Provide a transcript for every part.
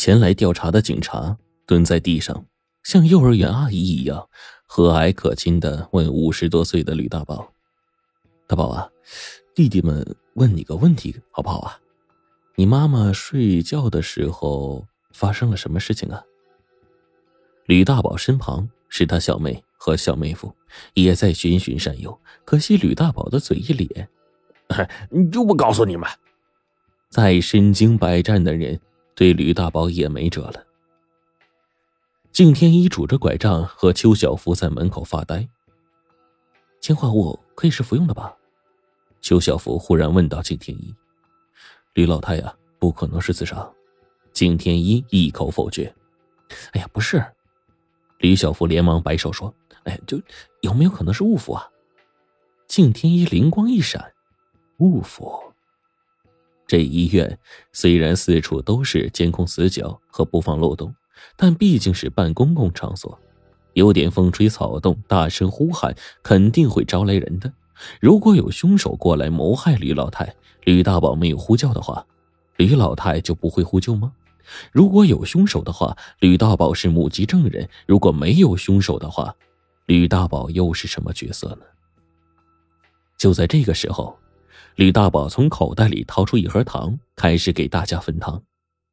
前来调查的警察蹲在地上，像幼儿园阿姨一样和蔼可亲地问50多岁的吕大宝：“大宝啊，弟弟们问你个问题好不好啊？你妈妈睡觉的时候发生了什么事情啊？”吕大宝身旁是他小妹和小妹夫，也在循循善诱。可惜吕大宝的嘴一咧：“ 就不告诉你们。” 再身经百战的人对吕大宝也没辙了。敬天一拄着拐杖和邱小福在门口发呆。“氰化物可以是服用的吧？”邱小福忽然问到敬天一。“吕老太呀，不可能是自杀。”敬天一一口否决。“哎呀，不是。”吕小福连忙摆手说：“就有没有可能是误服啊？”敬天一灵光一闪：“误服？”这医院虽然四处都是监控死角和布防漏洞，但毕竟是半公共场所，有点风吹草动，大声呼喊肯定会招来人的。如果有凶手过来谋害吕老太，吕大宝没有呼叫的话，吕老太就不会呼救吗？如果有凶手的话，吕大宝是目击证人；如果没有凶手的话，吕大宝又是什么角色呢？就在这个时候，吕大宝从口袋里掏出一盒糖，开始给大家分糖。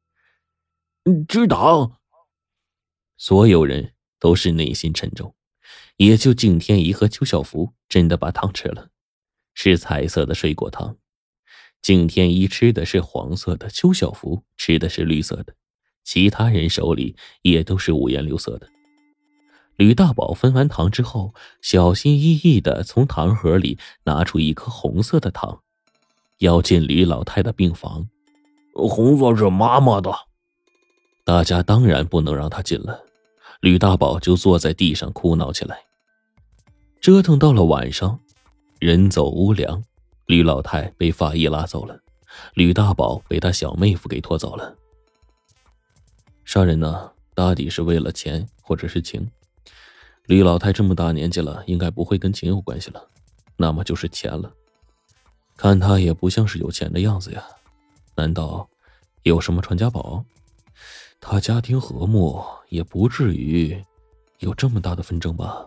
“知糖。” 所有人都是内心沉重，也就敬天一和邱小福真的把糖吃了，是彩色的水果糖。敬天一吃的是黄色的，邱小福吃的是绿色的，其他人手里也都是五颜六色的。吕大宝分完糖之后，小心翼翼地从糖盒里拿出一颗红色的糖，要进吕老太的病房。 “红色是妈妈的。” 大家当然不能让他进了，吕大宝就坐在地上哭闹起来。折腾到了晚上，人走屋凉，吕老太被法医拉走了，吕大宝被他小妹夫给拖走了。杀人呢，大抵是为了钱或者是情。吕老太这么大年纪了，应该不会跟情有关系了，那么就是钱了。看他也不像是有钱的样子呀，难道有什么传家宝？他家庭和睦，也不至于有这么大的纷争吧？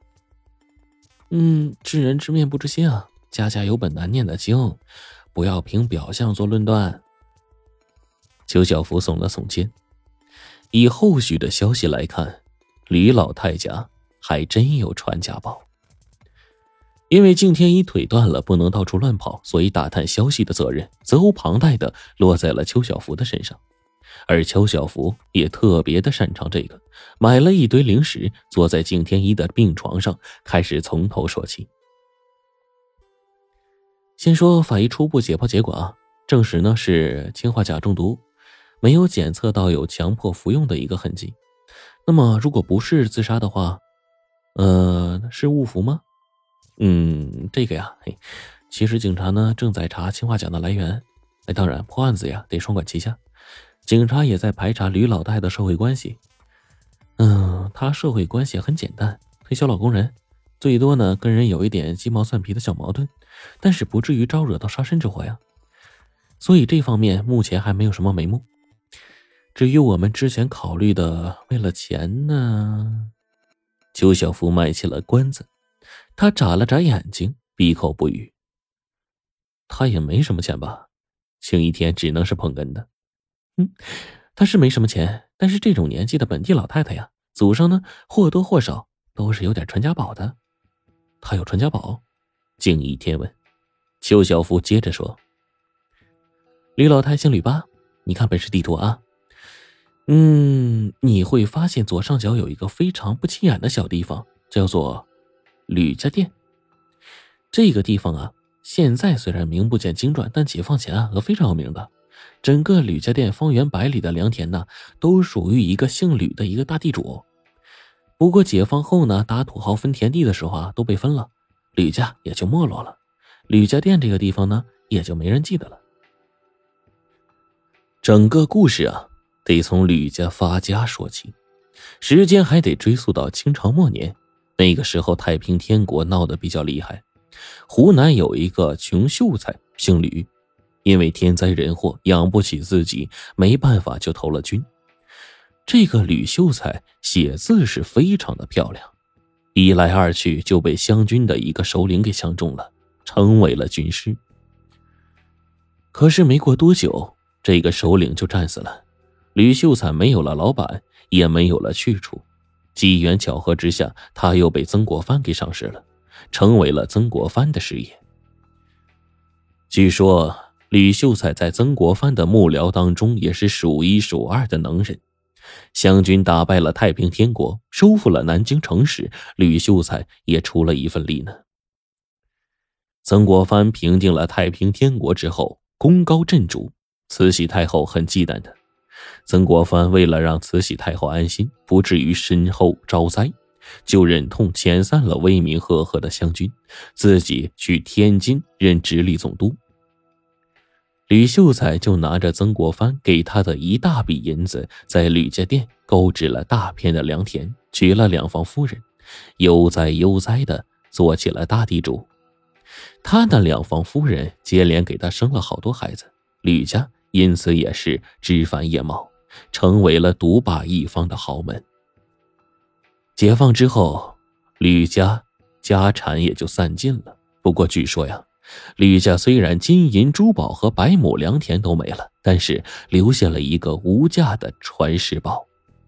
知人知面不知心啊，家家有本难念的经，不要凭表象做论断。邱小福耸了耸肩，以后续的消息来看，吕老太家还真有传家宝。因为敬天一腿断了，不能到处乱跑，所以打探消息的责任责无旁贷的落在了邱小福的身上。而邱小福也特别的擅长这个，买了一堆零食，坐在敬天一的病床上，开始从头说起。先说法医初步解剖结果啊，证实呢是氰化钾中毒，没有检测到有强迫服用的一个痕迹。那么如果不是自杀的话，是误服吗？这个呀，其实警察呢正在查氰化钾的来源，当然破案子呀得双管齐下。警察也在排查吕老太的社会关系。他社会关系很简单，推销老工人，最多呢跟人有一点鸡毛蒜皮的小矛盾，但是不至于招惹到杀身之祸呀。所以这方面目前还没有什么眉目。至于我们之前考虑的为了钱呢，邱小福卖起了关子。他眨了眨眼睛，闭口不语。他也没什么钱吧？庆一天只能是捧哏的。他是没什么钱，但是这种年纪的本地老太太呀，祖上呢或多或少都是有点传家宝的。他有传家宝？敬一天问。邱小福接着说：“吕老太姓吕吧？你看本市地图啊。你会发现左上角有一个非常不起眼的小地方，叫做吕家店。这个地方啊，现在虽然名不见经传，但解放前啊非常有名的。整个吕家店方圆100里的良田呢，都属于一个姓吕的一个大地主。不过解放后呢，打土豪分田地的时候啊，都被分了，吕家也就没落了。吕家店这个地方呢，也就没人记得了。整个故事啊，得从吕家发家说起，时间还得追溯到清朝末年。那个时候太平天国闹得比较厉害，湖南有一个穷秀才姓吕，因为天灾人祸养不起自己，没办法就投了军。 这个吕秀才写字是非常的漂亮，一来二去就被湘军的一个首领给相中了，成为了军师。可是没过多久，这个首领就战死了，吕秀才没有了老板，也没有了去处。机缘巧合之下，他又被曾国藩给赏识了，成为了曾国藩的事业。据说吕秀才在曾国藩的幕僚当中也是数一数二的能人。湘军打败了太平天国，收复了南京城时，吕秀才也出了一份力呢。曾国藩平定了太平天国之后，功高震主，慈禧太后很忌惮他。曾国藩为了让慈禧太后安心，不至于身后招灾，就忍痛遣散了威名赫赫的湘军，自己去天津任直隶总督。吕秀才就拿着曾国藩给他的一大笔银子，在吕家店购置了大片的良田，娶了2房夫人，悠哉悠哉的做起了大地主。他的2房夫人接连给他生了好多孩子，吕家因此也是枝繁叶茂，成为了独霸一方的豪门。解放之后，吕家家产也就散尽了。不过据说呀，吕家虽然金银珠宝和100亩良田都没了，但是留下了一个无价的传世宝。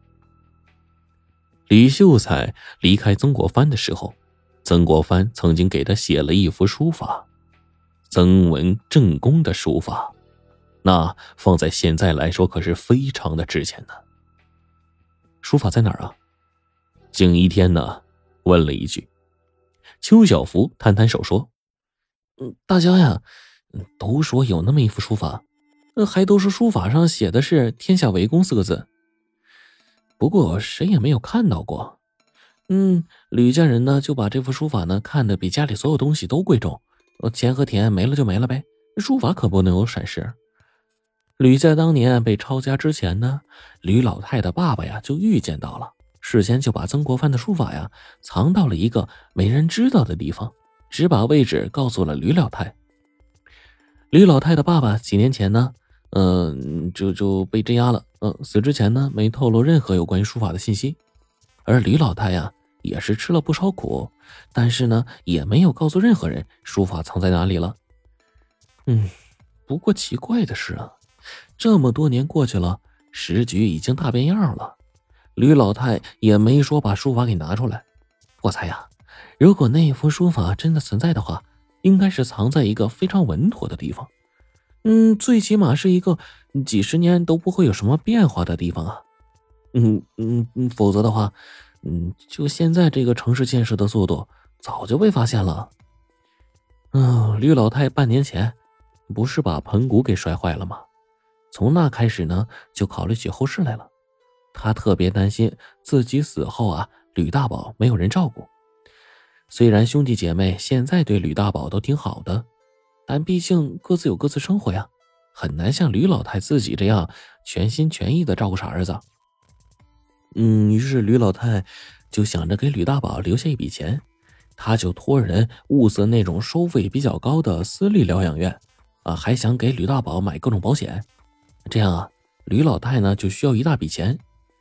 吕秀才离开曾国藩的时候，曾国藩曾经给他写了一幅书法，曾文正公的书法，那放在现在来说可是非常的值钱的。书法在哪儿啊？景一天呢问了一句。邱小福摊摊手说，大家呀，都说有那么一幅书法，还都说书法上写的是天下为公4个字，不过谁也没有看到过。吕家人呢就把这幅书法呢看得比家里所有东西都贵重，钱和田没了就没了呗，书法可不能有闪失。吕家当年被抄家之前呢，吕老太的爸爸呀就预见到了，事先就把曾国藩的书法呀藏到了一个没人知道的地方，只把位置告诉了吕老太。吕老太的爸爸几年前呢就被镇压了，死之前呢没透露任何有关于书法的信息。而吕老太呀也是吃了不少苦，但是呢也没有告诉任何人书法藏在哪里了。不过奇怪的是啊，这么多年过去了，时局已经大变样了，吕老太也没说把书法给拿出来。我猜呀，如果那幅书法真的存在的话，应该是藏在一个非常稳妥的地方，最起码是一个几十年都不会有什么变化的地方啊。否则的话，就现在这个城市建设的速度，早就被发现了。吕老太半年前不是把盆骨给摔坏了吗？从那开始呢，就考虑起后事来了。他特别担心自己死后啊，吕大宝没有人照顾。虽然兄弟姐妹现在对吕大宝都挺好的，但毕竟各自有各自生活呀，很难像吕老太自己这样全心全意的照顾傻儿子。于是吕老太就想着给吕大宝留下一笔钱，他就托人物色那种收费比较高的私立疗养院，还想给吕大宝买各种保险。这样啊，吕老太呢就需要一大笔钱。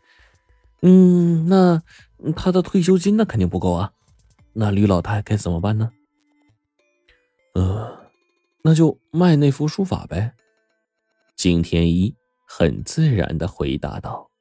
那他的退休金那肯定不够啊，那吕老太该怎么办呢？那就卖那幅书法呗。景天一很自然地回答道。